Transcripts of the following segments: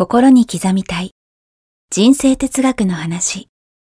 心に刻みたい人生哲学の話。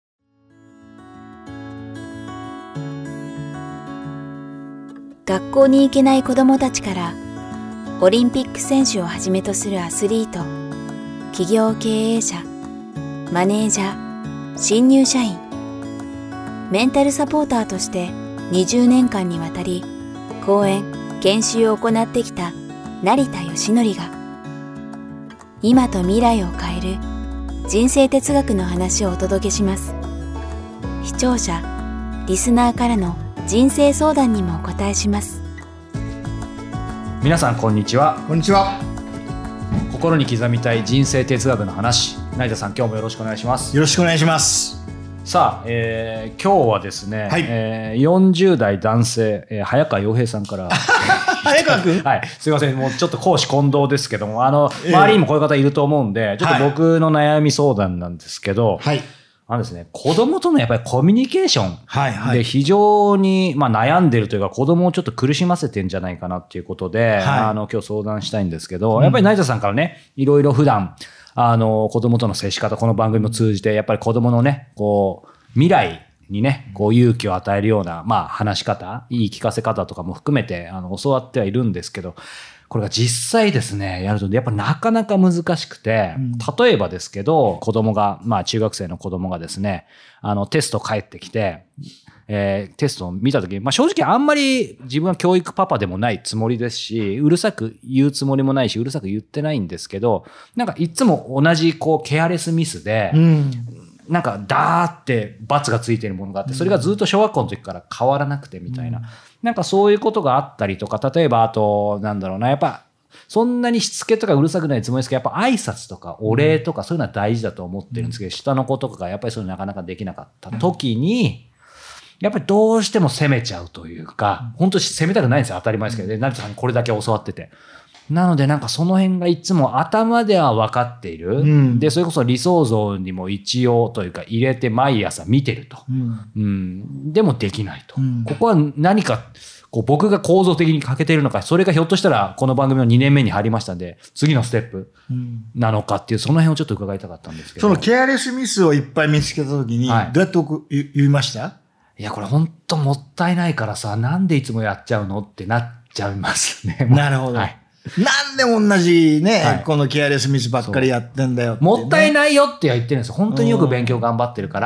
学校に行けない子どもたちからオリンピック選手をはじめとするアスリート、企業経営者、マネージャー、新入社員、メンタルサポーターとして20年間にわたり講演・研修を行ってきた成田義則が今と未来を変える人生哲学の話をお届けします。視聴者・リスナーからの人生相談にもお答えします。 皆さんこんにちは。 こんにちは。 心に刻みたい人生哲学の話、成田さん今日もよろしくお願いします。 よろしくお願いします。 さあ、今日はですね、 はい、 40代男性、早川洋平さんから早川君はい、すいません、もうちょっと公私混同ですけども、周りにもこういう方いると思うんで、ちょっと僕の悩み相談なんですけど、 はい、 ですね、子供とのやっぱりコミュニケーションで非常に悩んでるというか、子供をちょっと苦しませてんじゃないかなっていうことで、今日相談したいんですけど、やっぱり成田さんからね、いろいろ普段子供との接し方、この番組も通じてやっぱり子供のね、こう未来にね、こう勇気を与えるような話し方、いい聞かせ方とかも含めて教わってはいるんですけど、これが実際ですね、やるとやっぱなかなか難しくて、例えばですけど、子供が、中学生の子供がですね、テスト返ってきて、テストを見たときに、正直あんまり自分は教育パパでもないつもりですし、うるさく言うつもりもないし、うるさく言ってないんですけど、なんかいつも同じこうケアレスミスで、なんかダーって罰がついてるものがあって、それがずっと小学校の時から変わらなくてみたいな、なんかそういうことがあったりとか、例えばあとなんだろうな、やっぱそんなにしつけとかうるさくないつもりですけど、やっぱ挨拶とかお礼とかそういうのは大事だと思ってるんですけど、下の子とかがやっぱりそういうのなかなかできなかった時に、やっぱりどうしても責めちゃうというか、本当に責めたくないんですよ、当たり前ですけど、成田さんにこれだけ教わってて。なのでなんかその辺がいつも頭では分かっている、でそれこそ理想像にも一応というか入れて毎朝見てると、でもできないと、ここは何かこう僕が構造的に欠けているのか、それがひょっとしたらこの番組の2年目に入りましたんで次のステップなのかっていう、その辺をちょっと伺いたかったんですけど。 そのケアレスミスをいっぱい見つけた時に、どうやって言いました？ いやこれ本当もったいないからさ、なんでいつもやっちゃうのってなっちゃいますね。 なるほど。なんで同じね、このケアレスミスばっかりやってんだよって、ね。 もったいないよって言ってるんですよ。本当によく勉強頑張ってるから。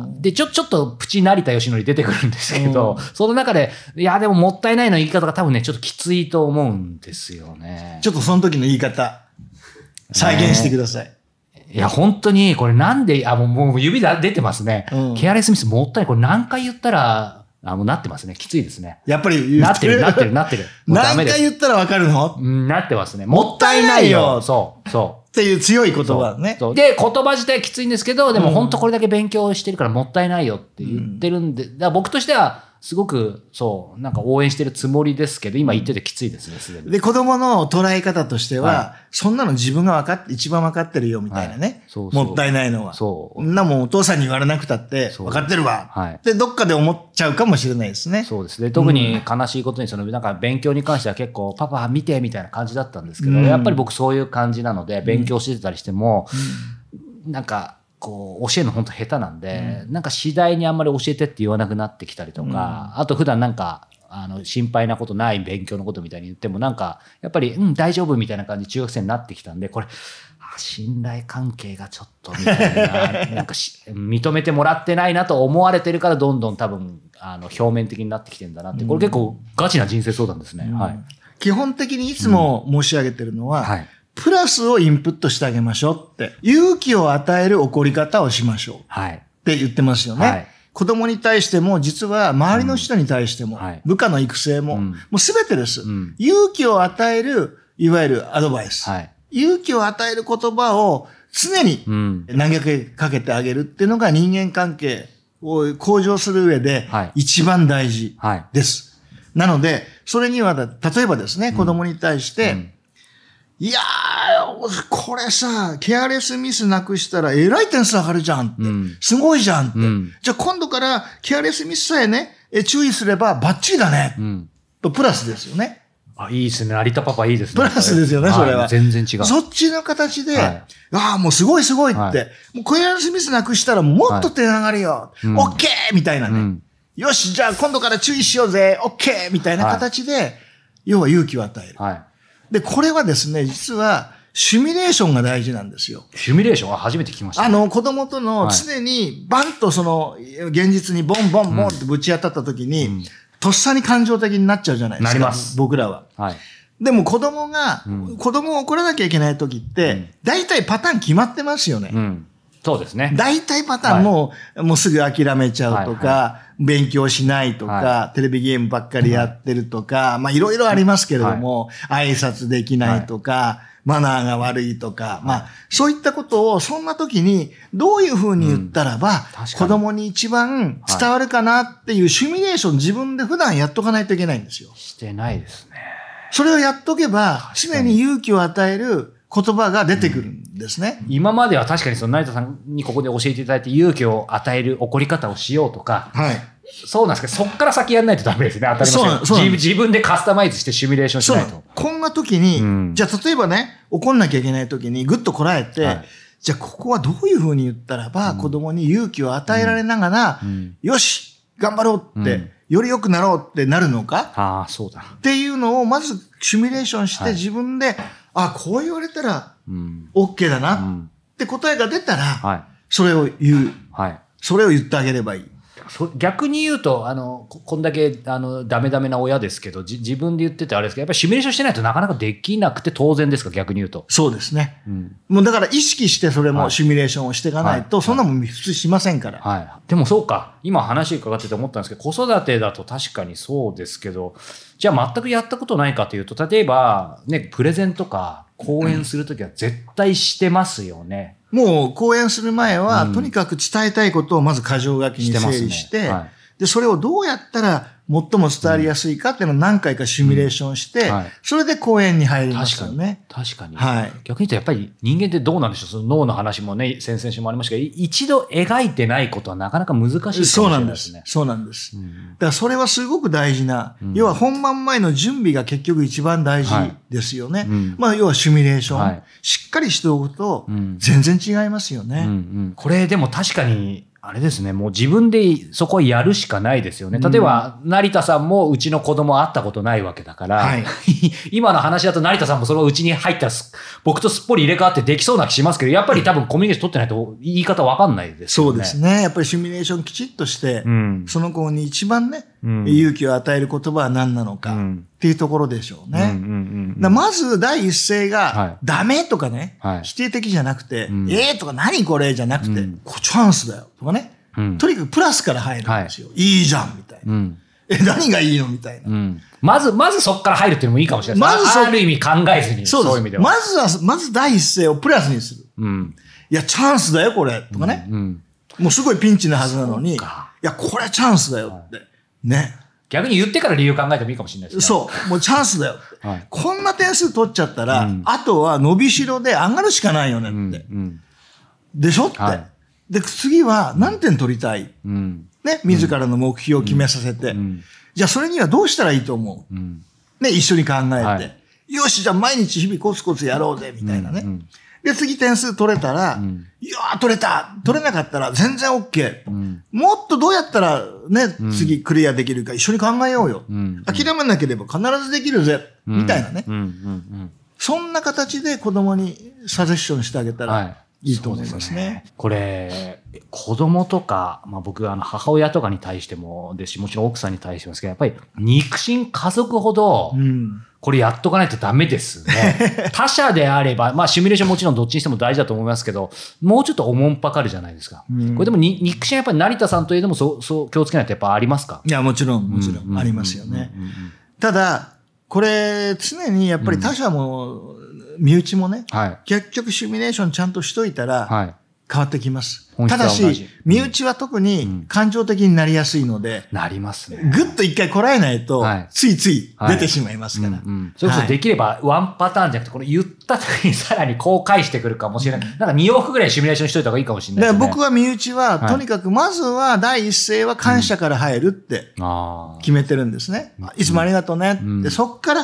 で、ちょっとプチ成田義則出てくるんですけど、その中で、いや、でももったいないの言い方が多分ね、ちょっときついと思うんですよね。 ちょっとその時の言い方、再現してください。 いや、本当に、これなんで、もう指出てますね。ケアレスミスもったいない。これ何回言ったら、もうなってますね。きついですね。 やっぱりなってる。 何回言ったらわかるの？ なってますね。もったいないよ。そう。 っていう強い言葉ね。 で、言葉自体きついんですけど、でも本当これだけ勉強してるからもったいないよって言ってるんで、だから僕としては、すごく、なんか応援してるつもりですけど、今言っててきついですね、すでに。 で、子供の捉え方としては、そんなの自分が一番分かってるよ、みたいなね。もったいないのは。そんなもんお父さんに言われなくたって、分かってるわ。で、どっかで思っちゃうかもしれないですね。 そうですね。特に悲しいことに、なんか勉強に関しては結構、パパ見て、みたいな感じだったんですけど、やっぱり僕そういう感じなので、勉強してたりしても、なんか、こう教えるの本当下手なんで、なんか次第にあんまり教えてって言わなくなってきたりとか、あと普段なんか心配なことない勉強のことみたいに言ってもなんかやっぱり大丈夫みたいな感じで中学生になってきたんで、これ信頼関係がちょっとみたいななんか認めてもらってないなと思われてるからどんどん多分表面的になってきてるんだなって、これ結構ガチな人生相談ですね。 基本的にいつも申し上げてるのは、プラスをインプットしてあげましょうって。勇気を与える怒り方をしましょう。って言ってますよね。子供に対しても、実は周りの人に対しても、部下の育成も、もうすべてです。勇気を与える、いわゆるアドバイス。勇気を与える言葉を常に投げかけてあげるっていうのが人間関係を向上する上で一番大事です。なので、それには、例えばですね、子供に対して、いやー、これさ、ケアレスミスなくしたら、えらい点数上がるじゃんって。すごいじゃんって。じゃあ今度から、ケアレスミスさえね、注意すればバッチリだね。と、プラスですよね。 いいですね。成田パパいいですね。 プラスですよね、それは。 全然違う。 そっちの形で、もうすごいすごいって、もうコイアン・スミスなくしたらもっと点上がるよ。オッケーみたいなね。よし、じゃあ今度から注意しようぜ。オッケーみたいな形で、要は勇気を与える。で、これはですね、実は、シミュレーションが大事なんですよ。 シミュレーションは初めて聞きました、ね。 子供との常にバンと現実にボンボンボンってぶち当たった時に、とっさに感情的になっちゃうじゃないですか。 なります。 僕らは。でも子供を怒らなきゃいけない時って、大体パターン決まってますよね。 そうですね。 大体パターンもうすぐ諦めちゃうとか、勉強しないとか、テレビゲームばっかりやってるとか、まあいろいろありますけれども、挨拶できないとか、マナーが悪いとか、まあそういったことをそんな時にどういうふうに言ったらば、子供に一番伝わるかなっていうシミュレーション自分で普段やっとかないといけないんですよ。 してないですね。 それをやっとけば、常に勇気を与える言葉が出てくるんですね。 今までは確かに成田さんにここで教えていただいて勇気を与える怒り方をしようとか、そうなんですけど、そっから先やんないとダメですね。当たり前です。自分でカスタマイズしてシミュレーションしないと。 こんな時に、じゃあ例えばね、怒んなきゃいけない時にぐっとこらえて、じゃあここはどういうふうに言ったらば、子供に勇気を与えられながら、よし頑張ろうって、より良くなろうってなるのか、 そうだっていうのをまずシミュレーションして自分で、こう言われたら OK だなって答えが出たら、それを言う。それを言ってあげればいい。 逆に言うと、こんだけ、ダメダメな親ですけど、自分で言っててあれですけど、やっぱりシミュレーションしてないとなかなかできなくて当然ですか、逆に言うと。 そうですね。もうだから意識してそれもシミュレーションをしていかないと、そんなもん普通しませんから。 でもそうか。今話伺ってて思ったんですけど、子育てだと確かにそうですけど、じゃあ全くやったことないかというと、例えば、ね、プレゼンとか講演するときは絶対してますよね。 もう講演する前は、とにかく伝えたいことをまず箇条書きに整理して、で、それをどうやったら最も伝わりやすいかっていうのを何回かシミュレーションして、それで講演に入りますよね。 確かに。逆に言うとやっぱり人間ってどうなんでしょう、その脳の話もね、先々週もありましたけど、一度描いてないことはなかなか難しいかもしれないですね。 そうなんです。だからそれはすごく大事な、要は本番前の準備が結局一番大事ですよね。まあ要はシミュレーション。しっかりしておくと全然違いますよね。 これでも確かに、あれですね、もう自分でそこはやるしかないですよね。例えば、成田さんもうちの子供会ったことないわけだから、今の話だと成田さんもそのうちに入ったら僕とすっぽり入れ替わってできそうな気しますけど、やっぱり多分コミュニケーション取ってないと言い方わかんないですよね。 そうですね。やっぱりシミュレーションきちっとして、その子に一番ね、勇気を与える言葉は何なのかっていうところでしょうね。まず第一声が、ダメとかね、否定的じゃなくて、とか何これじゃなくて、チャンスだよとかね。とにかくプラスから入るんですよ。いいじゃんみたいな。何がいいのみたいな。 まずそこから入るっていうのもいいかもしれないです。ある意味考えずに。そういう意味では。 まず第一声をプラスにする。いや、チャンスだよ、これ。とかね。もうすごいピンチなはずなのに、いや、これチャンスだよって。ね。 逆に言ってから理由考えてもいいかもしれないですね。 そう。もうチャンスだよって。こんな点数取っちゃったら、あとは伸びしろで上がるしかないよねって。でしょって。で、次は何点取りたい。ね。自らの目標を決めさせて。じゃあそれにはどうしたらいいと思う。ね。一緒に考えて。よし、じゃあ毎日日々コツコツやろうぜ、みたいなね。で、次点数取れたら、いやー取れた取れなかったら全然 OK。もっとどうやったらね、次クリアできるか一緒に考えようよ。諦めなければ必ずできるぜ。みたいなね。そんな形で子供にサジェッションしてあげたらいいと思いますね。 これ、子供とか、まあ僕母親とかに対してもですし、もちろん奥さんに対してもですけど、やっぱり肉親家族ほど、これやっとかないとダメですね。他者であれば、まあシミュレーションもちろんどっちにしても大事だと思いますけど、もうちょっとおもんぱかるじゃないですか。これでも肉親やっぱり成田さんといえどもそう気をつけないとやっぱありますか？ いや、もちろんありますよね。ただ、これ常にやっぱり他者も身内もね、結局シミュレーションちゃんとしといたら、変わってきます。ただし、身内は特に感情的になりやすいので、 なりますね。 ぐっと一回こらえないと、ついつい出てしまいますから。 それこそできればワンパターンじゃなくて、この言った時にさらにこう返してくるかもしれない。なんか2往復ぐらいシミュレーションしといた方がいいかもしれないですね。 僕は身内は、とにかくまずは第一声は感謝から入るって決めてるんですね。いつもありがとうね。で、そっから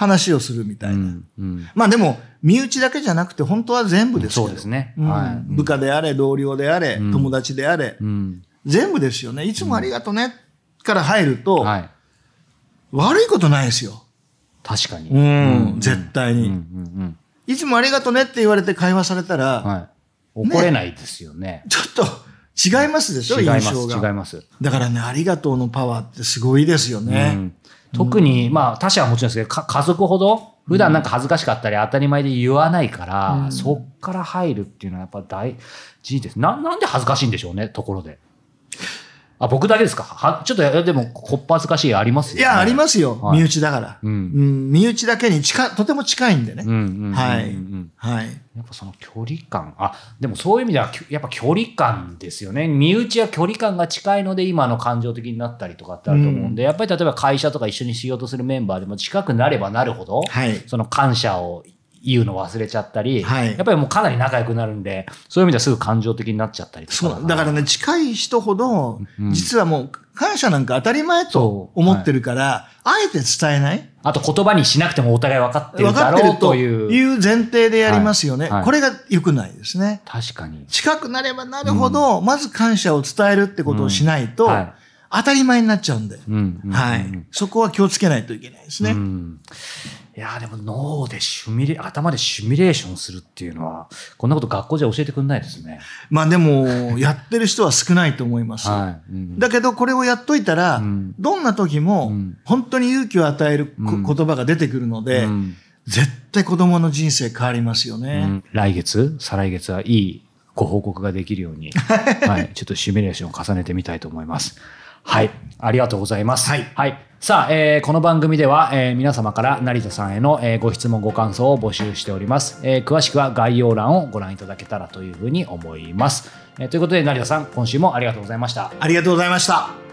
話をするみたいな。まあでも、身内だけじゃなくて本当は全部ですよ。 そうですね。 部下であれ、同僚であれ、友達であれ、全部ですよね。いつもありがとうねから入ると、悪いことないですよ。 確かに。 絶対に。いつもありがとうねって言われて会話されたら、 怒れないですよね。 ちょっと違いますでしょ、印象が。 違います。 だからね、ありがとうのパワーってすごいですよね。 特に、まあ他者はもちろんですけど、家族ほど普段なんか恥ずかしかったり当たり前で言わないから、そっから入るっていうのはやっぱ大事です。なんで恥ずかしいんでしょうね、ところで。僕だけですか？ちょっと、でも、こっぱ恥ずかしいありますよね。 いや、ありますよ。身内だから。身内だけにとても近いんでね。はい。はい。 やっぱその距離感。でもそういう意味では、やっぱ距離感ですよね。身内は距離感が近いので、今の感情的になったりとかってあると思うんで、やっぱり例えば会社とか一緒にしようとするメンバーでも近くなればなるほど、その感謝を言うの忘れちゃったり、やっぱりもうかなり仲良くなるんで、そういう意味ではすぐ感情的になっちゃったりとか。 そう。だからね、近い人ほど、実はもう感謝なんか当たり前と思ってるから、あえて伝えない。 あと言葉にしなくてもお互い分かってるだろうという前提でやりますよね。これが良くないですね。 確かに。 近くなればなるほど、まず感謝を伝えるってことをしないと、当たり前になっちゃうんで。はい。そこは気をつけないといけないですね。 いやでも脳で頭でシミュレーションするっていうのは、こんなこと学校じゃ教えてくれないですね。 まあでも、やってる人は少ないと思います。だけどこれをやっといたら、どんな時も本当に勇気を与える言葉が出てくるので、絶対子供の人生変わりますよね。 来月、再来月はいいご報告ができるように、ちょっとシミュレーションを重ねてみたいと思います。はい。ありがとうございます。はい。さあ、この番組では、皆様から成田さんへの、ご質問ご感想を募集しております。詳しくは概要欄をご覧いただけたらというふうに思います。ということで成田さん、今週もありがとうございました。 ありがとうございました。